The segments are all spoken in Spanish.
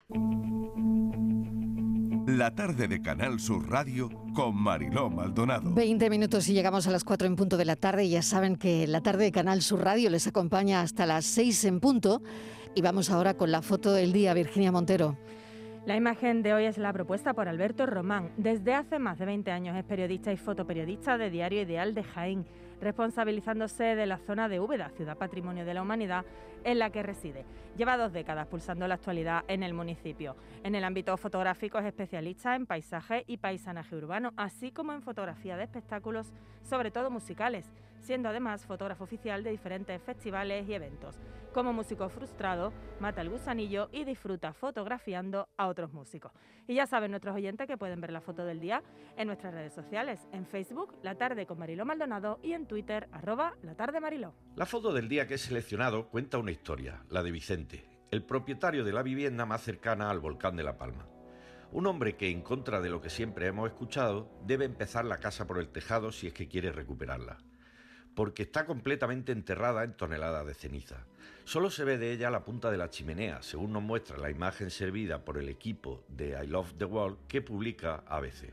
La tarde de Canal Sur Radio con Mariló Maldonado. 20 minutos y llegamos a las 4 en punto de la tarde. Y ya saben que la tarde de Canal Sur Radio les acompaña hasta las 6 en punto. Y vamos ahora con la foto del día, Virginia Montero. La imagen de hoy es la propuesta por Alberto Román. Desde hace más de 20 años es periodista y fotoperiodista de Diario Ideal de Jaén, responsabilizándose de la zona de Úbeda, ciudad patrimonio de la humanidad, en la que reside. Lleva 2 décadas pulsando la actualidad en el municipio. En el ámbito fotográfico es especialista en paisaje y paisanaje urbano, así como en fotografía de espectáculos, sobre todo musicales, siendo además fotógrafo oficial de diferentes festivales y eventos. Como músico frustrado, mata el gusanillo y disfruta fotografiando a otros músicos. Y ya saben nuestros oyentes que pueden ver la foto del día en nuestras redes sociales, en Facebook, La Tarde con Mariló Maldonado, y en Twitter, @LaTardeMariló. La foto del día que he seleccionado cuenta una historia, la de Vicente, el propietario de la vivienda más cercana al volcán de La Palma. Un hombre que, en contra de lo que siempre hemos escuchado, debe empezar la casa por el tejado si es que quiere recuperarla, porque está completamente enterrada en toneladas de ceniza. Solo se ve de ella la punta de la chimenea, según nos muestra la imagen servida por el equipo de I Love the World que publica ABC.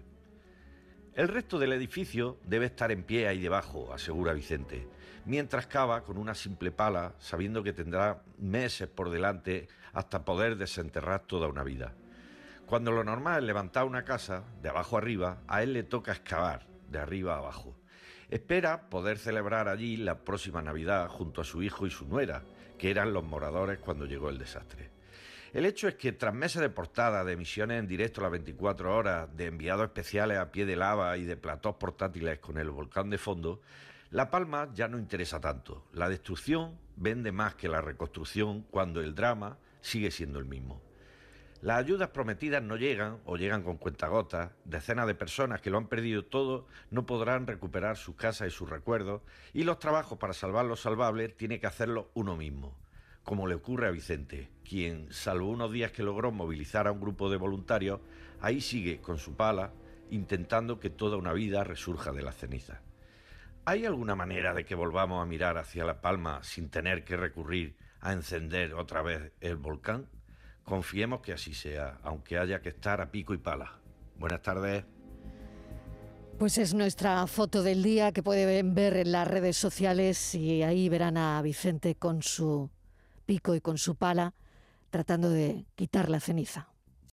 El resto del edificio debe estar en pie ahí debajo, asegura Vicente, mientras cava con una simple pala, sabiendo que tendrá meses por delante hasta poder desenterrar toda una vida. Cuando lo normal es levantar una casa, de abajo arriba, a él le toca excavar, de arriba a abajo. Espera poder celebrar allí la próxima Navidad junto a su hijo y su nuera, que eran los moradores cuando llegó el desastre. El hecho es que tras meses de portadas, de emisiones en directo a las 24 horas, de enviados especiales a pie de lava y de platós portátiles con el volcán de fondo, La Palma ya no interesa tanto. La destrucción vende más que la reconstrucción cuando el drama sigue siendo el mismo. Las ayudas prometidas no llegan o llegan con cuentagotas. Decenas de personas que lo han perdido todo no podrán recuperar sus casas y sus recuerdos, y los trabajos para salvar lo salvable tiene que hacerlo uno mismo, como le ocurre a Vicente, quien, salvo unos días que logró movilizar a un grupo de voluntarios, ahí sigue con su pala intentando que toda una vida resurja de las cenizas. ¿Hay alguna manera de que volvamos a mirar hacia La Palma sin tener que recurrir a encender otra vez el volcán? Confiemos que así sea, aunque haya que estar a pico y pala. Buenas tardes. Pues es nuestra foto del día que pueden ver en las redes sociales, y ahí verán a Vicente con su pico y con su pala tratando de quitar la ceniza.